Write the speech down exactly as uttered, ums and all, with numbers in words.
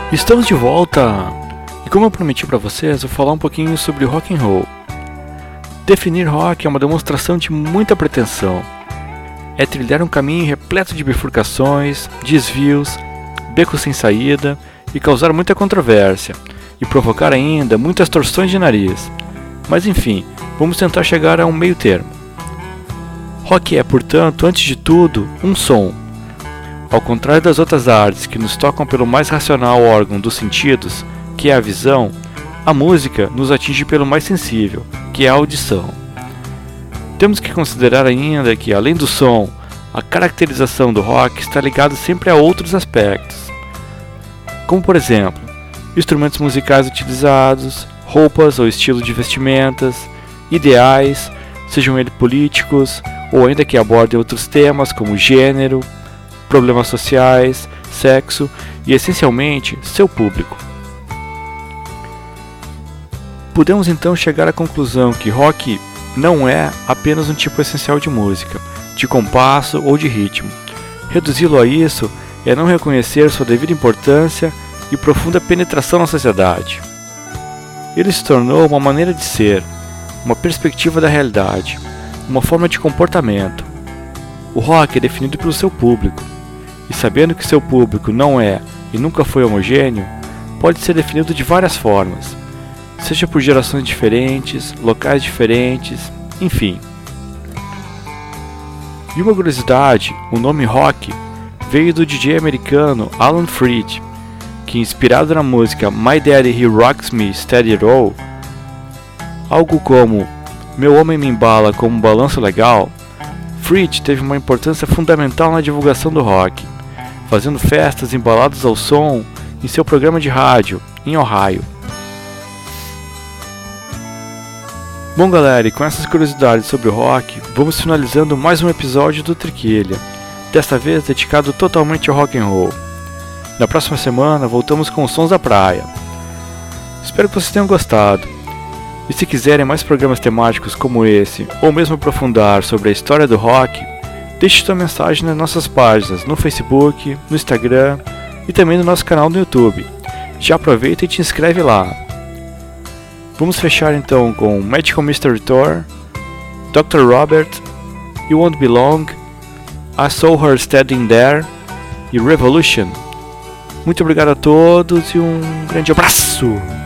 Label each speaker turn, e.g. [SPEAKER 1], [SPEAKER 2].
[SPEAKER 1] Estamos de volta! E como eu prometi para vocês, vou falar um pouquinho sobre rock and roll. Definir rock é uma demonstração de muita pretensão. É trilhar um caminho repleto de bifurcações, desvios, becos sem saída e causar muita controvérsia, e provocar ainda muitas torções de nariz. Mas enfim, vamos tentar chegar a um meio termo. Rock é, portanto, antes de tudo, um som. Ao contrário das outras artes que nos tocam pelo mais racional órgão dos sentidos, que é a visão, a música nos atinge pelo mais sensível, que é a audição. Temos que considerar ainda que, além do som, a caracterização do rock está ligada sempre a outros aspectos, como por exemplo, instrumentos musicais utilizados, roupas ou estilo de vestimentas, ideais, sejam eles políticos ou ainda que abordem outros temas como gênero, problemas sociais, sexo e, essencialmente, seu público. Podemos então chegar à conclusão que rock não é apenas um tipo essencial de música, de compasso ou de ritmo. Reduzi-lo a isso é não reconhecer sua devida importância e profunda penetração na sociedade. Ele se tornou uma maneira de ser, uma perspectiva da realidade, uma forma de comportamento. O rock é definido pelo seu público, e sabendo que seu público não é e nunca foi homogêneo, pode ser definido de várias formas, seja por gerações diferentes, locais diferentes, enfim. E uma curiosidade, o nome rock veio do D J americano Alan Freed, que, inspirado na música My Daddy He Rocks Me Steady Roll, algo como Meu Homem Me Embala como um balanço legal, Freed teve uma importância fundamental na divulgação do rock, fazendo festas embaladas ao som em seu programa de rádio, em Ohio. Bom galera, e com essas curiosidades sobre o rock, vamos finalizando mais um episódio do Triquilha, desta vez dedicado totalmente ao rock and roll. Na próxima semana voltamos com os sons da praia. Espero que vocês tenham gostado. E se quiserem mais programas temáticos como esse, ou mesmo aprofundar sobre a história do rock, deixe sua mensagem nas nossas páginas no Facebook, no Instagram e também no nosso canal no YouTube. Já aproveita e te inscreve lá. Vamos fechar então com Magical Mystery Tour, doutor Robert, You Won't Belong, I Saw Her Standing There e Revolution. Muito obrigado a todos e um grande abraço!